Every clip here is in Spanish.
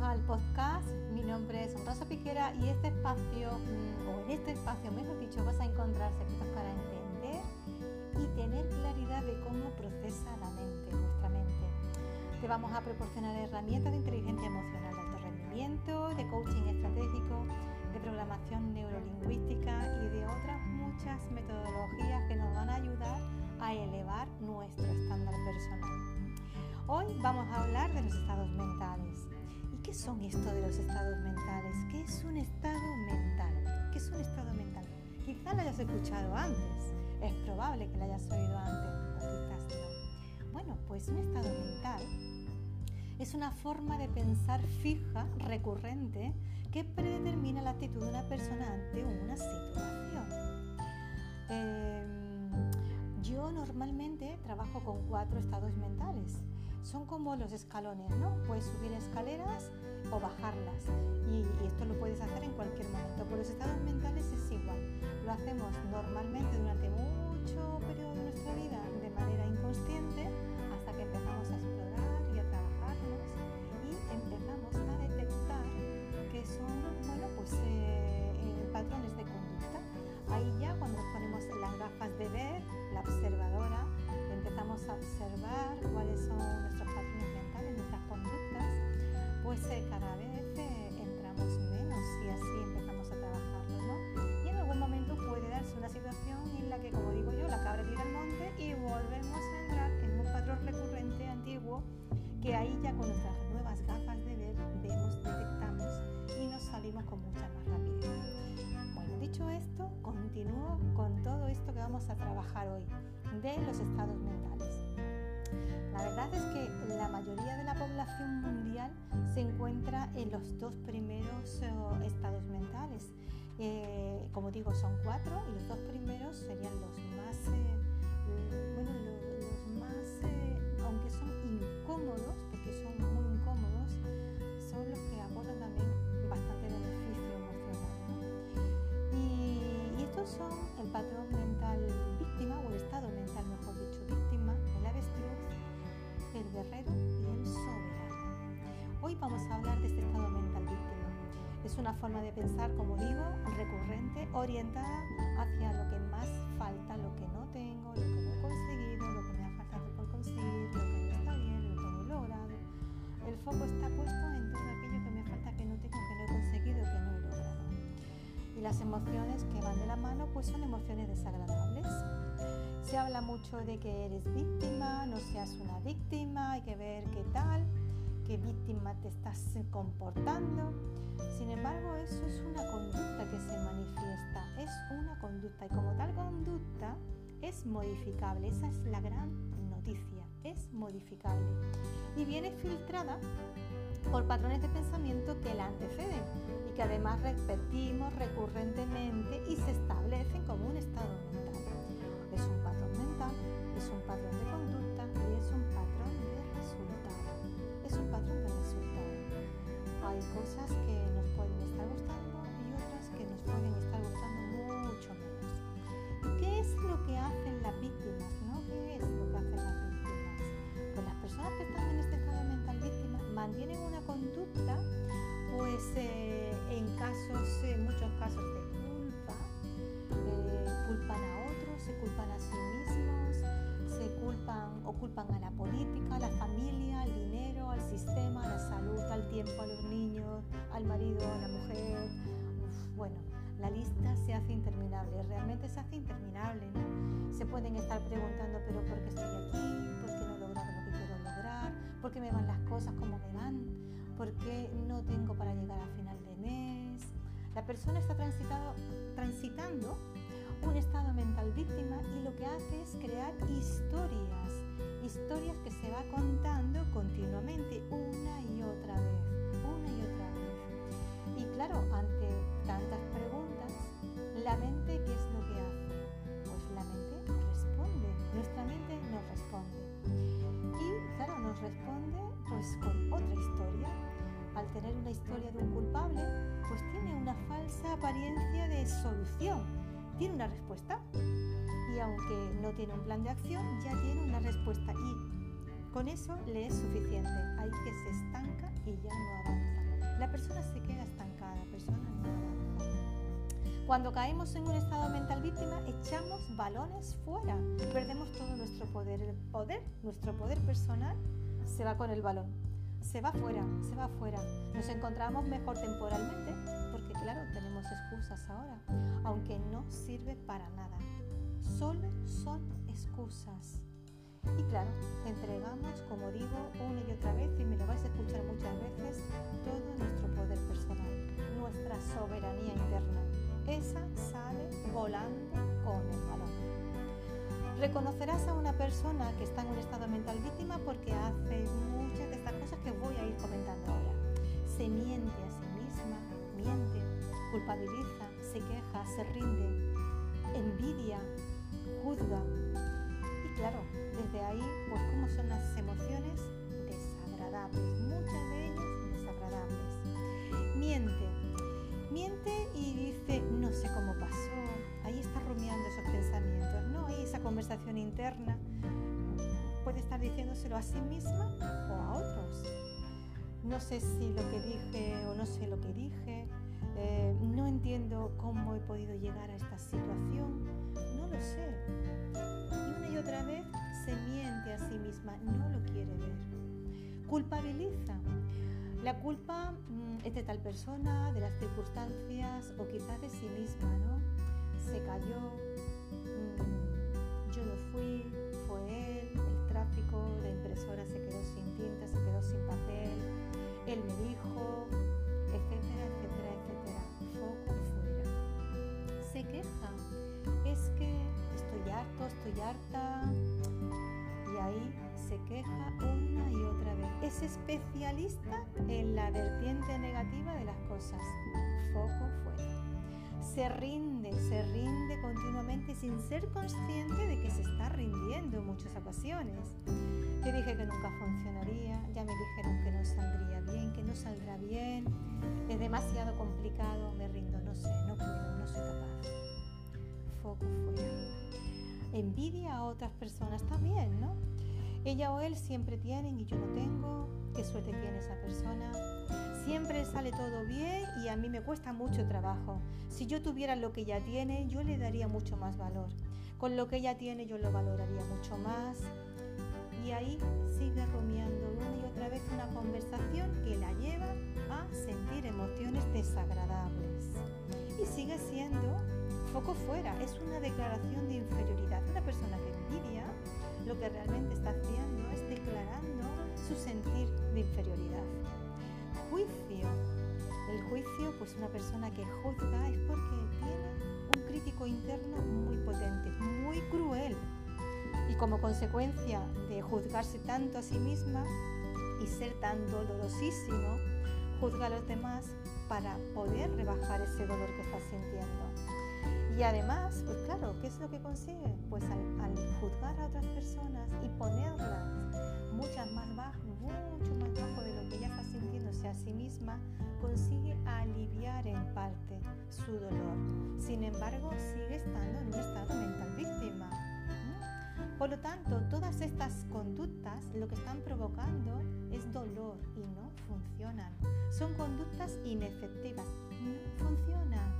al podcast. Mi nombre es Rosa Piquera y en este espacio, mejor dicho, vas a encontrar secretos para entender y tener claridad de cómo procesa nuestra mente. Te vamos a proporcionar herramientas de inteligencia emocional de alto rendimiento, de coaching estratégico, de programación neurolingüística y de otras muchas metodologías que nos van a ayudar a elevar nuestro estándar personal. Hoy vamos a hablar de los estados mentales. ¿Y qué son esto de los estados mentales? ¿Qué es un estado mental? ¿Qué es un estado mental? Quizás lo hayas escuchado antes, es probable que lo hayas oído antes, o quizás no. Bueno, pues un estado mental es una forma de pensar fija, recurrente, que predetermina la actitud de una persona ante una situación. Yo normalmente trabajo con 4 estados mentales. Son como los escalones, ¿no? Puedes subir escaleras o bajarlas y esto lo puedes hacer en cualquier momento. Por los estados mentales es igual. Lo hacemos normalmente durante mucho periodo de nuestra vida de manera inconsciente hasta que empezamos a explorar y a trabajarnos y empezamos a detectar que son, patrones de conducta. Ahí ya cuando nos ponemos las gafas de ver, la observadora, empezamos a observar cuáles son nuestros patrones mentales, nuestras conductas, pues cada vez entramos menos y así empezamos a trabajarlo, ¿no? Y en algún momento puede darse una situación en la que, como digo yo, la cabra tira al monte y volvemos a entrar en un patrón recurrente antiguo que ahí ya con nuestras nuevas gafas de ver vemos, detectamos y nos salimos con mucha más rapidez. Bueno, dicho esto, continúo con todo esto que vamos a trabajar hoy de los estados mentales. La verdad es que la mayoría de la población mundial se encuentra en los 2 primeros estados mentales. Como digo, son 4 y los 2 primeros serían los más, aunque son incómodos, porque son muy incómodos, son los que aportan también bastante beneficio emocional, ¿no? Y estos son el patrón mental víctima, o el estado mental, mejor dicho, víctima, el avestruz, el guerrero y el soberano. Hoy vamos a hablar de este estado mental víctima. Es una forma de pensar, como digo, recurrente, orientada hacia lo que más falta, lo que no tengo, lo que no he conseguido, lo que me ha faltado por conseguir, lo que no está bien, lo que no he logrado. El foco está puesto en todo aquello que me falta, que no tengo, que no he conseguido, que no he logrado. Y las emociones que van de la mano pues son emociones desagradables. Se habla mucho de que eres víctima, no seas una víctima, hay que ver qué tal, qué víctima te estás comportando. Sin embargo, eso es una conducta que se manifiesta, es una conducta y como tal conducta es modificable. Esa es la gran noticia, es modificable y viene filtrada por patrones de pensamiento que la anteceden y que además repetimos recurrentemente y se establecen como un estado mental. Es un patrón mental, es un patrón de conducta y es un patrón de resultado. Es un patrón de resultado. Hay cosas que nos pueden estar gustando y otras que nos pueden estar gustando mucho menos. ¿Y qué es lo que hacen las víctimas, no? ¿Qué es lo que hacen las víctimas? Pues las personas que están en este estado mental víctima mantienen una conducta, pues en muchos casos de culpa, culpan a otros, se culpan a sí mismos, culpan a la política, a la familia, al dinero, al sistema, a la salud, al tiempo, a los niños, al marido, a la mujer. La lista se hace interminable, realmente se hace interminable, ¿no? Se pueden estar preguntando, pero ¿por qué estoy aquí? ¿Por qué no he logrado lo que quiero lograr? ¿Por qué me van las cosas como me van? ¿Por qué no tengo para llegar a final de mes? La persona está transitando un estado mental víctima y lo que hace es crear historias que se va contando continuamente una y otra vez. Y claro, ante tantas preguntas, la mente, ¿qué es lo que hace? Pues la mente responde, nuestra mente nos responde. Y claro, nos responde pues con otra historia. Al tener una historia de un culpable, pues tiene una falsa apariencia de solución. Tiene una respuesta y aunque no tiene un plan de acción, ya tiene una respuesta y con eso le es suficiente. Ahí que se estanca y ya no avanza. la persona se queda estancada, la persona no avanza. Cuando caemos en un estado mental víctima, echamos balones fuera, perdemos todo nuestro poder. Nuestro poder personal se va con el balón, se va fuera, se va fuera. Nos encontramos mejor temporalmente, porque claro, tenemos excusas ahora, aunque no sirve para nada. Solo son excusas. Y claro, entregamos, como digo, una y otra vez, y me lo vais a escuchar muchas veces, todo nuestro poder personal, nuestra soberanía interna. Esa sale volando con el balón. Reconocerás a una persona que está en un estado mental víctima porque hace muchas de estas cosas que voy a ir comentando ahora. Se miente a sí misma, miente, culpabiliza, se queja, se rinde, envidia, juzga. Y claro, desde ahí, pues cómo son las emociones desagradables, muchas de ellas desagradables. Miente y dice, no sé cómo pasó, ahí está rumiando esos pensamientos, ¿no? Ahí esa conversación interna, puede estar diciéndoselo a sí misma o a otros. No sé si lo que dije o no sé lo que dije, no entiendo cómo he podido llegar a esta situación, no lo sé. Y una y otra vez se miente a sí misma, no lo quiere ver. Culpabiliza. La culpa es de tal persona, de las circunstancias o quizás de sí misma, ¿no? Se cayó, yo no fui, fue él, el tráfico, la impresora se quedó sin tinta, se quedó sin papel, él me dijo, etcétera, etcétera, etcétera. Foco fuera. Se queja, es que estoy harto, estoy harta, y ahí se queja una y otra vez. Es especialista en la vertiente negativa de las cosas. Foco fuera. Se rinde continuamente sin ser consciente de que se está rindiendo en muchas ocasiones. Te dije que nunca funcionaría, ya me dijeron que no saldría bien, que no saldrá bien, es demasiado complicado, me rindo, no sé, no puedo, no soy capaz. Foco fuera. Envidia a otras personas también, ¿no? Ella o él siempre tienen y yo no tengo, qué suerte tiene esa persona. Siempre sale todo bien y a mí me cuesta mucho trabajo. Si yo tuviera lo que ella tiene, yo le daría mucho más valor. Con lo que ella tiene, yo lo valoraría mucho más. Y ahí sigue rumiando una y otra vez una conversación que la lleva a sentir emociones desagradables. Y sigue siendo foco fuera, es una declaración de inferioridad. Una persona que envidia, lo que realmente está haciendo es declarando su sentir de inferioridad. Juicio. El juicio, pues una persona que juzga es porque tiene un crítico interno muy potente, muy cruel. Y como consecuencia de juzgarse tanto a sí misma y ser tan dolorosísimo, juzga a los demás para poder rebajar ese dolor que está sintiendo. Y además, pues claro, ¿qué es lo que consigue? Pues al juzgar a otras personas y ponerlas mucho más bajo de lo que ella está sintiéndose a sí misma, consigue aliviar en parte su dolor. Sin embargo, sigue estando en un estado mental víctima. Por lo tanto, todas estas conductas lo que están provocando es dolor y no funcionan. Son conductas inefectivas, no funcionan.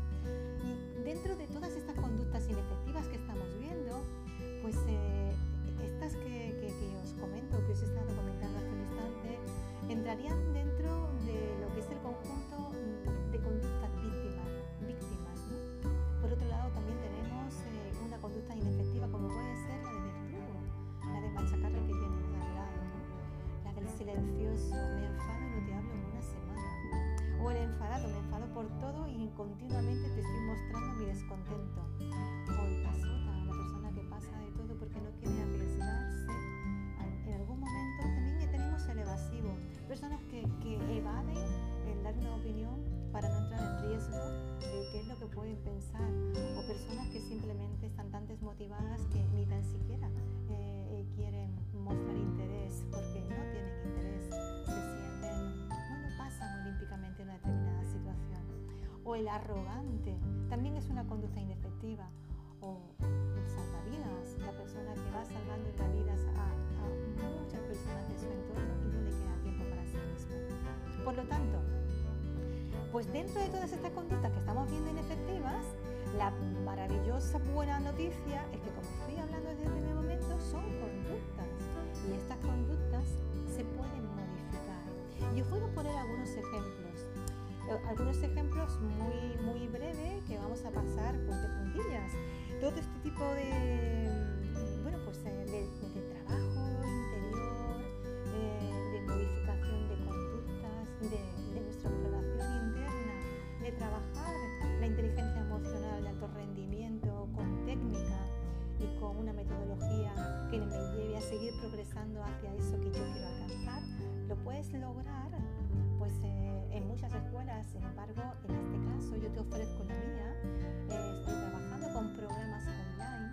Y dentro de todas estas conductas inefectivas que estamos viendo, pues estas que os comento, que os he estado comentando hace un instante, entrarían dentro de lo que es el conjunto de conductas víctimas, ¿no? Por otro lado, también tenemos una conducta inefectiva como puede ser la de verdugo, la de machacar al que tienes al lado, ¿no? La del silencioso, me enfado y no te hablo en una semana. O el enfadado, me enfado por todo y continuamente te estoy mostrando mi descontento. O el pasota, la persona que pasa de todo porque no quiere arriesgarse. En algún momento también tenemos el evasivo, personas que evaden el dar una opinión para no entrar en riesgo de qué es lo que pueden pensar, o personas que simplemente están tan desmotivadas que ni tan siquiera quieren mostrar interés porque no tienen interés, se sienten, no pasan olímpicamente una determinada situación. O el arrogante, también es una conducta inefectiva. O el salvavidas, la persona que va salvando la vida a muchas personas de su entorno y no le queda tiempo para sí mismo. Por lo tanto, Pues dentro de todas estas conductas que estamos viendo inefectivas, la maravillosa buena noticia es que, como estoy hablando desde el primer momento, son conductas y estas conductas se pueden modificar. Y os voy a poner algunos ejemplos muy breves que vamos a pasar pues, de puntillas. Todo este tipo de trabajo interior, de modificación de conductas, de nuestra exploración interna, de trabajar la inteligencia emocional de alto rendimiento con técnica y con una metodología que me lleve a seguir progresando hacia eso que yo quiero alcanzar, lo puedes lograr pues en muchas escuelas. Sin embargo, en este caso yo te ofrezco la mía. Estoy trabajando con programas online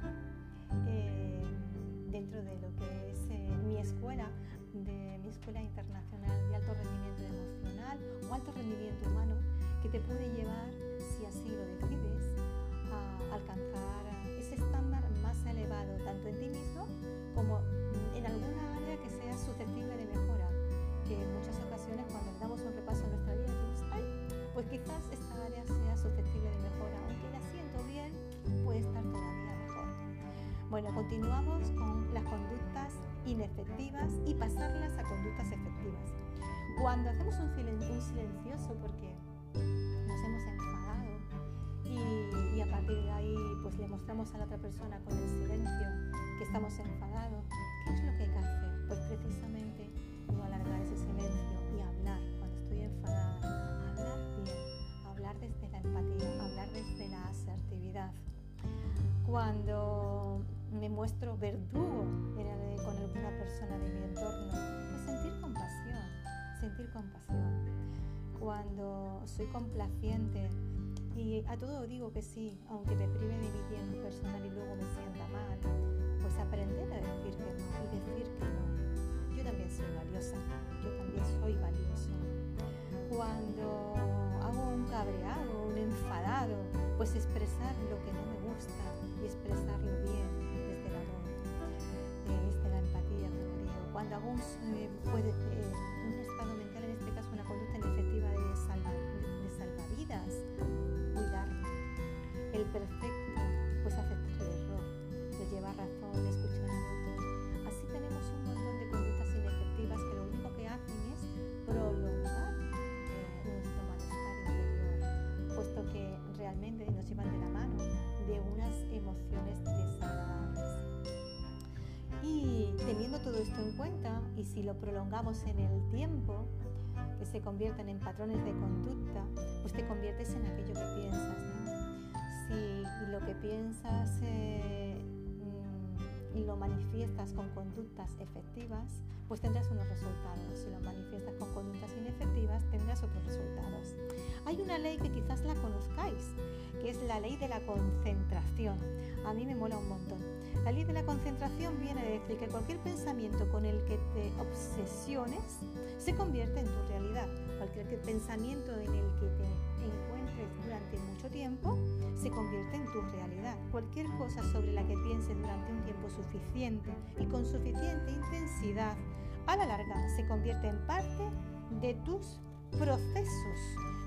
dentro de lo que es mi escuela internacional de alto rendimiento emocional o alto rendimiento humano, que te puede llevar, si así lo decides, a alcanzar ese estándar más elevado, tanto en ti mismo como en alguna área que sea susceptible de mejora, que en muchas ocasiones cuando le damos un repaso a nuestra vida decimos, pues quizás esta área sea susceptible de mejora, aunque la siento bien, puede estar todavía mejor. Bueno, continuamos con las conductas inefectivas y pasarlas a conductas efectivas. Cuando hacemos un silencioso porque nos hemos enfadado y a partir de ahí pues le mostramos a la otra persona con el silencio que estamos enfadados, ¿qué es lo que hay que hacer? Pues precisamente no alargar ese silencio y hablar. Cuando estoy enfadada, hablar bien, hablar desde la empatía, hablar desde la asertividad. Cuando me muestro verdugo con alguna persona de mi entorno, pues sentir compasión. Cuando soy complaciente y a todo digo que sí, aunque me prive de mi tiempo personal y luego me sienta mal, pues aprender a decir que no y decir que no. Yo también soy valiosa, yo también soy valioso. Cuando hago un cabreado, un enfadado, pues expresar lo que no me gusta y expresarlo bien desde el amor, desde la empatía, como digo. Cuando hago un estado mental, en este caso una conducta inefectiva de salvavidas, cuidarme. El perfecto, pues aceptar el error, el llevar razón, escuchar al otro. Así tenemos un montón de conductas inefectivas que lo único que hacen es prolongar nuestro malestar interior, puesto que realmente nos llevan de la mano de unas emociones desagradables. Y teniendo todo esto en cuenta, y si lo prolongamos en el tiempo, que se convierten en patrones de conducta, pues te conviertes en aquello que piensas, ¿no? Si lo que piensas lo manifiestas con conductas efectivas, pues tendrás unos resultados. Si lo manifiestas con conductas inefectivas, tendrás otros resultados. Hay una ley que quizás la conozcáis, que es la ley de la concentración. A mí me mola un montón. La ley de la concentración viene a decir que cualquier pensamiento con el que te obsesiones se convierte en tu realidad. Cualquier pensamiento en el que te encuentres durante mucho tiempo se convierte en tu realidad. Cualquier cosa sobre la que pienses durante un tiempo suficiente y con suficiente intensidad, a la larga se convierte en parte de tus procesos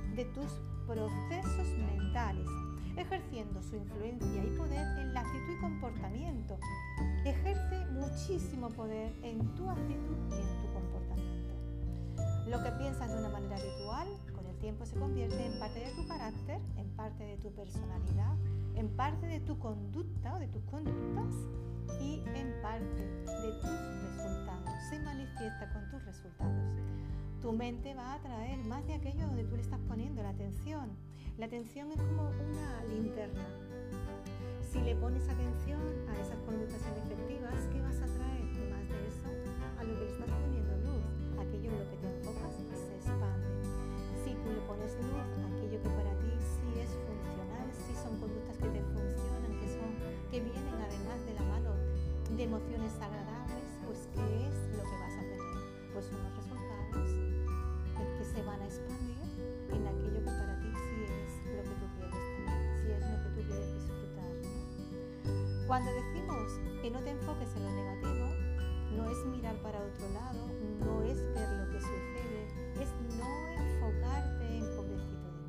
mentales, ejerciendo su influencia y poder en la actitud y comportamiento. Ejerce muchísimo poder en tu actitud y en tu comportamiento. Lo que piensas de una manera habitual, con el tiempo se convierte en parte de tu carácter, en parte de tu personalidad, en parte de tu conducta o de tus conductas y en parte de tus resultados. Se manifiesta con tus resultados. Tu mente va a atraer más de aquello donde tú le estás poniendo la atención. La atención es como una linterna. Si le pones atención a esas conductas inefectivas, ¿qué vas a atraer? Más de eso a lo que le estás poniendo luz. Aquello en lo que te enfocas se expande. Si tú le pones luz a aquello que para ti sí es funcional, sí son conductas que te funcionan, que vienen además de la mano de emociones agradables, pues ¿qué es lo que vas a tener? Pues unos resultados que se van a expandir en aquello que para ti sí es lo que tú quieres tener, sí es lo que tú quieres disfrutar, ¿no? Cuando decimos que no te enfoques en lo negativo, no es mirar para otro lado, no es ver lo que sucede, es no enfocarte en pobrecito de mí.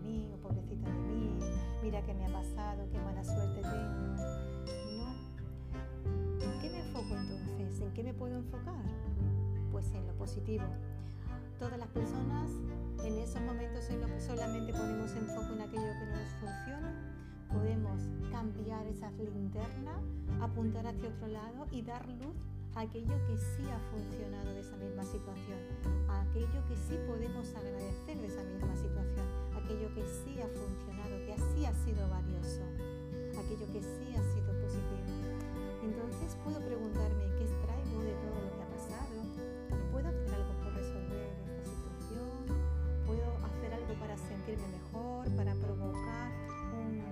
mira qué me ha pasado, qué mala suerte tengo. No. ¿En qué me enfoco entonces? ¿En qué me puedo enfocar? Pues en lo positivo. Todas las personas en esos momentos en los que solamente ponemos enfoque en aquello que no nos funciona, podemos cambiar esa linterna, apuntar hacia otro lado y dar luz a aquello que sí ha funcionado de esa misma situación, a aquello que sí podemos agradecer de esa misma situación, aquello que sí ha funcionado, que sí ha sido valioso, aquello que sí ha sido positivo. Entonces puedo preguntarme qué extraigo de todo lo que ha pasado, puedo hacer algo por resolver esta situación, puedo hacer algo para sentirme mejor, para provocar un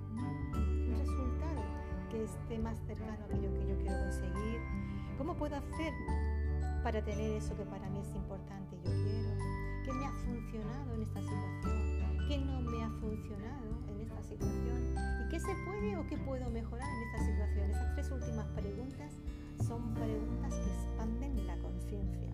resultado que esté más cercano a aquello que yo quiero conseguir. ¿Cómo puedo hacer para tener eso que para mí es importante y yo quiero? ¿Qué me ha funcionado en esta situación? ¿Qué no me ha funcionado en esta situación? ¿Y qué se puede o qué puedo mejorar en esta situación? Esas tres últimas preguntas son preguntas que expanden la conciencia.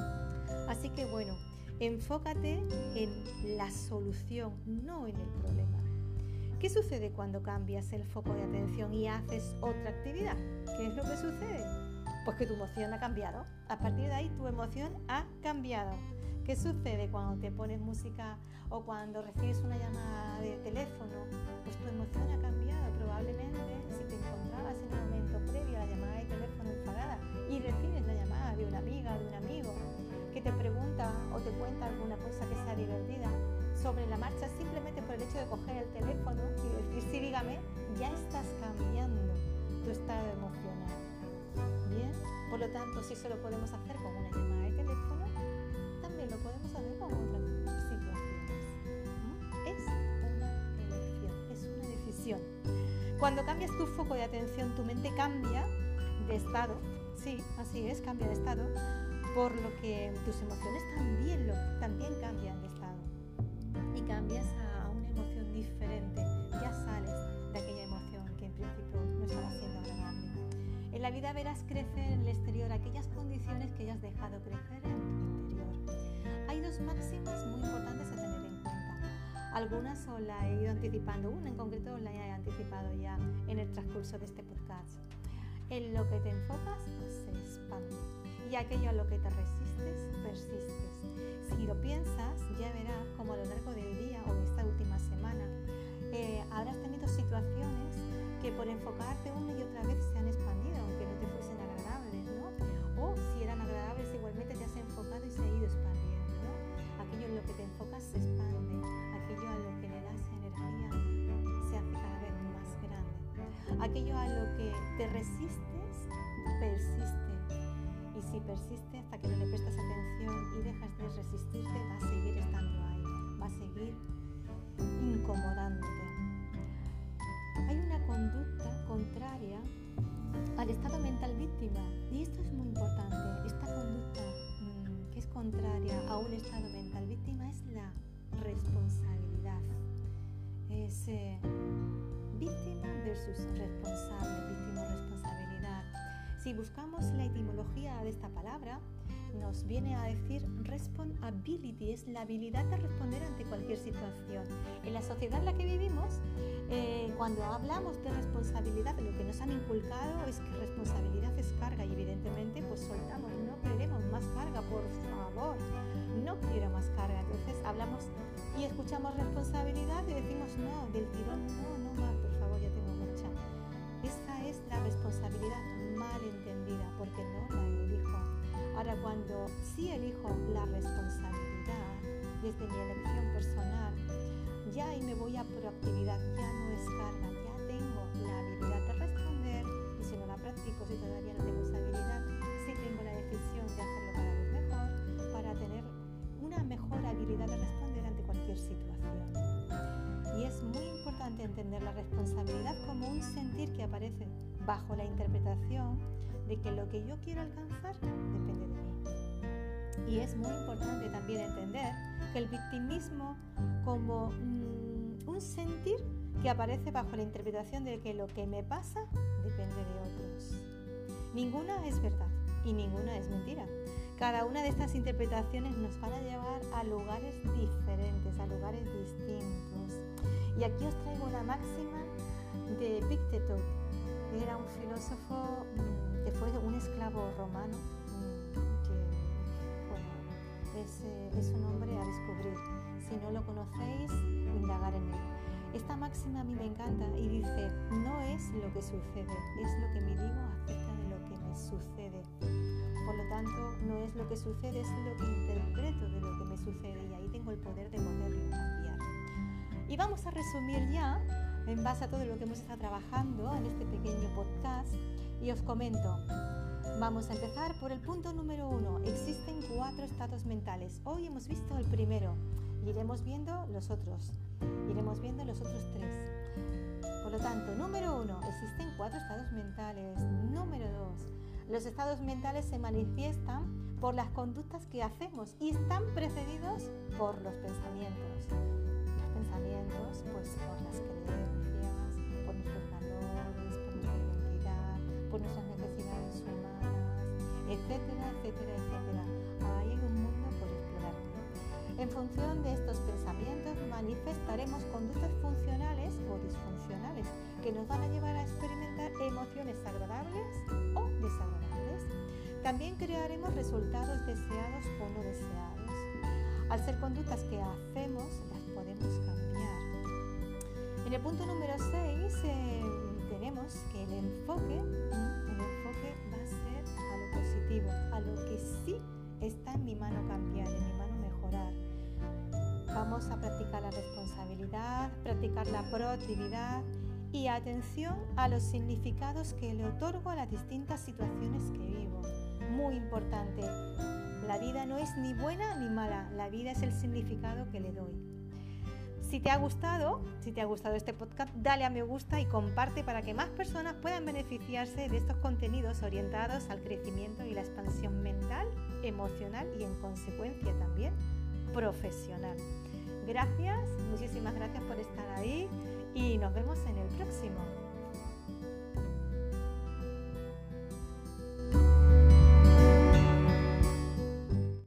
Así que bueno, enfócate en la solución, no en el problema. ¿Qué sucede cuando cambias el foco de atención y haces otra actividad? ¿Qué es lo que sucede? Pues que tu emoción ha cambiado. A partir de ahí tu emoción ha cambiado. ¿Qué sucede cuando te pones música o cuando recibes una llamada de teléfono? Pues tu emoción ha cambiado. Probablemente si te encontrabas en el momento previo a la llamada de teléfono enfadada y recibes la llamada de una amiga o de un amigo que te pregunta o te cuenta alguna cosa que sea divertida sobre la marcha, simplemente por el hecho de coger el teléfono y decir sí, dígame, ya estás cambiando tu estado emocional. Bien, por lo tanto, si eso lo podemos hacer con una llamada de teléfono, también lo podemos hacer con otras situaciones. Es una elección, es una decisión. Cuando cambias tu foco de atención, tu mente cambia de estado. Sí, así es, cambia de estado, por lo que tus emociones también cambian de estado. Y cambias a una emoción diferente, ya sales de aquella emoción que en principio no estaba siendo agradable. En la vida verás crecer en el exterior aquellas condiciones que hayas dejado crecer en tu interior. Hay dos máximas muy importantes a tener en cuenta. Algunas os las he ido anticipando, una en concreto os la he anticipado ya en el transcurso de este podcast. En lo que te enfocas se expande y aquello a lo que te resistes, persistes. Si lo piensas, ya verás como a lo largo del día o de esta última semana habrás tenido situaciones que por enfocarte una y otra vez se han expandido, aunque no te fuesen agradables, ¿no? O si eran agradables, igualmente te has enfocado y se ha ido expandiendo, ¿no? Aquello en lo que te enfocas se expande, aquello a lo que le das energía se hace cada vez más grande. Aquello a lo que te resistes, persiste. Y si persiste hasta que no le prestas atención y dejas de resistirte, va a seguir estando ahí, va a seguir incomodándote. Hay una conducta contraria al estado mental víctima y esto es muy importante. Esta conducta que es contraria a un estado mental víctima es la responsabilidad. Es víctima versus responsable, víctima o responsabilidad. Si buscamos la etimología de esta palabra, nos viene a decir responsibility, es la habilidad de responder ante cualquier situación. En la sociedad en la que vivimos, cuando hablamos de responsabilidad, lo que nos han inculcado es que responsabilidad es carga y evidentemente pues soltamos, no queremos más carga, por favor, no quiero más carga. Entonces hablamos y escuchamos responsabilidad y decimos no, del tirón, no más, por favor, ya tengo mucha. Esa es la responsabilidad mal entendida porque no la elijo. Ahora, cuando sí elijo la responsabilidad desde mi elección personal, ya ahí me voy a proactividad, ya no es carga, ya tengo la habilidad de responder y si no la practico, si todavía no tengo esa habilidad, sí tengo la decisión de hacerlo cada vez mejor para tener una mejor habilidad de responder ante cualquier situación. Y es muy importante entender la responsabilidad como un sentir que aparece bajo la interpretación de que lo que yo quiero alcanzar depende de mí. Y es muy importante también entender que el victimismo como un sentir que aparece bajo la interpretación de que lo que me pasa depende de otros. Ninguna es verdad y ninguna es mentira. Cada una de estas interpretaciones nos van a llevar a lugares diferentes, a lugares distintos. Y aquí os traigo una máxima de Epicteto, que era un filósofo que fue un esclavo romano, que bueno, es un hombre a descubrir. Si no lo conocéis, indagar en él. Esta máxima a mí me encanta y dice: no es lo que sucede, es lo que me digo acerca de lo que me sucede. Por lo tanto, no es lo que sucede, es lo que interpreto de lo que me sucede, y ahí tengo el poder de poderlo cambiar. Y vamos a resumir ya, en base a todo lo que hemos estado trabajando en este pequeño podcast, y os comento. Vamos a empezar por el punto número 1. Existen 4 estados mentales. Hoy hemos visto el primero, y iremos viendo los otros. Iremos viendo los otros 3. Por lo tanto, número 1, existen 4 estados mentales. Número 2, los estados mentales se manifiestan por las conductas que hacemos y están precedidos por los pensamientos. Los pensamientos, pues por las creencias, por nuestros valores, por nuestra identidad, por nuestras necesidades humanas, etcétera, etcétera, etcétera. Ahí hay un mundo por explorar. En función de estos pensamientos manifestaremos conductas funcionales o disfuncionales que nos van a llevar a experimentar emociones agradables o desagradables. También crearemos resultados deseados o no deseados. Al ser conductas que hacemos, las podemos cambiar. En el punto número 6 tenemos que el enfoque va a ser a lo positivo, a lo que sí está en mi mano cambiar, en mi mano mejorar. Vamos a practicar la responsabilidad, practicar la proactividad y atención a los significados que le otorgo a las distintas situaciones que vivo. Muy importante, la vida no es ni buena ni mala, la vida es el significado que le doy. Si te ha gustado este podcast, dale a me gusta y comparte para que más personas puedan beneficiarse de estos contenidos orientados al crecimiento y la expansión mental, emocional y en consecuencia también profesional. Gracias, muchísimas gracias por estar ahí y nos vemos en el próximo.